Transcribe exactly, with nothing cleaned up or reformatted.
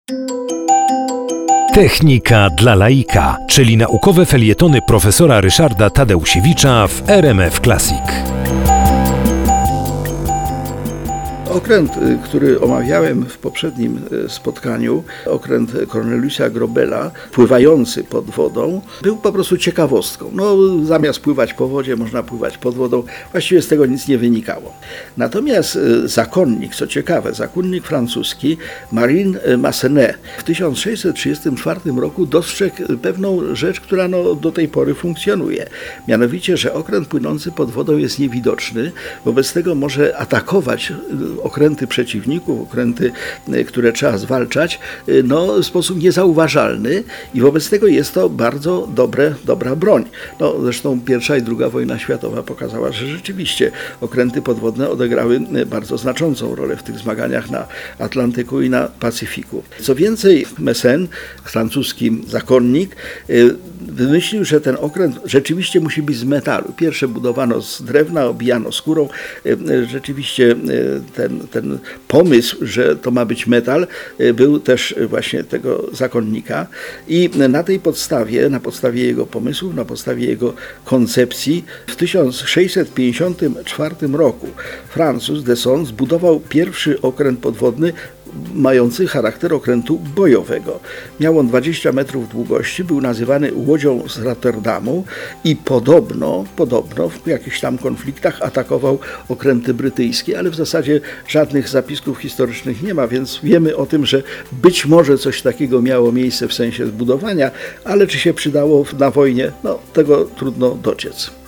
Technika dla laika, czyli naukowe felietony profesora Ryszarda Tadeusiewicza w R M F Classic. Okręt, który omawiałem w poprzednim spotkaniu, okręt Corneliusa Grobela, pływający pod wodą, był po prostu ciekawostką. No, zamiast pływać po wodzie, można pływać pod wodą. Właściwie z tego nic nie wynikało. Natomiast zakonnik, co ciekawe, zakonnik francuski Marin Massenet w tysiąc sześćset trzydziestym czwartym roku dostrzegł pewną rzecz, która no, do tej pory funkcjonuje. Mianowicie, że okręt płynący pod wodą jest niewidoczny, wobec tego może atakować okręty przeciwników, okręty, które trzeba zwalczać, no, w sposób niezauważalny i wobec tego jest to bardzo dobre, dobra broń. No, zresztą pierwsza i druga wojna światowa pokazała, że rzeczywiście okręty podwodne odegrały bardzo znaczącą rolę w tych zmaganiach na Atlantyku i na Pacyfiku. Co więcej, Messen, francuski zakonnik, wymyślił, że ten okręt rzeczywiście musi być z metalu. Pierwsze budowano z drewna, obijano skórą. Rzeczywiście ten, ten pomysł, że to ma być metal, był też właśnie tego zakonnika i na tej podstawie, na podstawie jego pomysłów, na podstawie jego koncepcji w tysiąc sześćset pięćdziesiątym czwartym roku Francuz Desson zbudował pierwszy okręt podwodny mający charakter okrętu bojowego. Miał on dwadzieścia metrów długości, był nazywany łodzią z Rotterdamu i podobno, podobno w jakichś tam konfliktach atakował okręty brytyjskie, ale w zasadzie żadnych zapisków historycznych nie ma, więc wiemy o tym, że być może coś takiego miało miejsce w sensie zbudowania, ale czy się przydało na wojnie, no tego trudno dociec.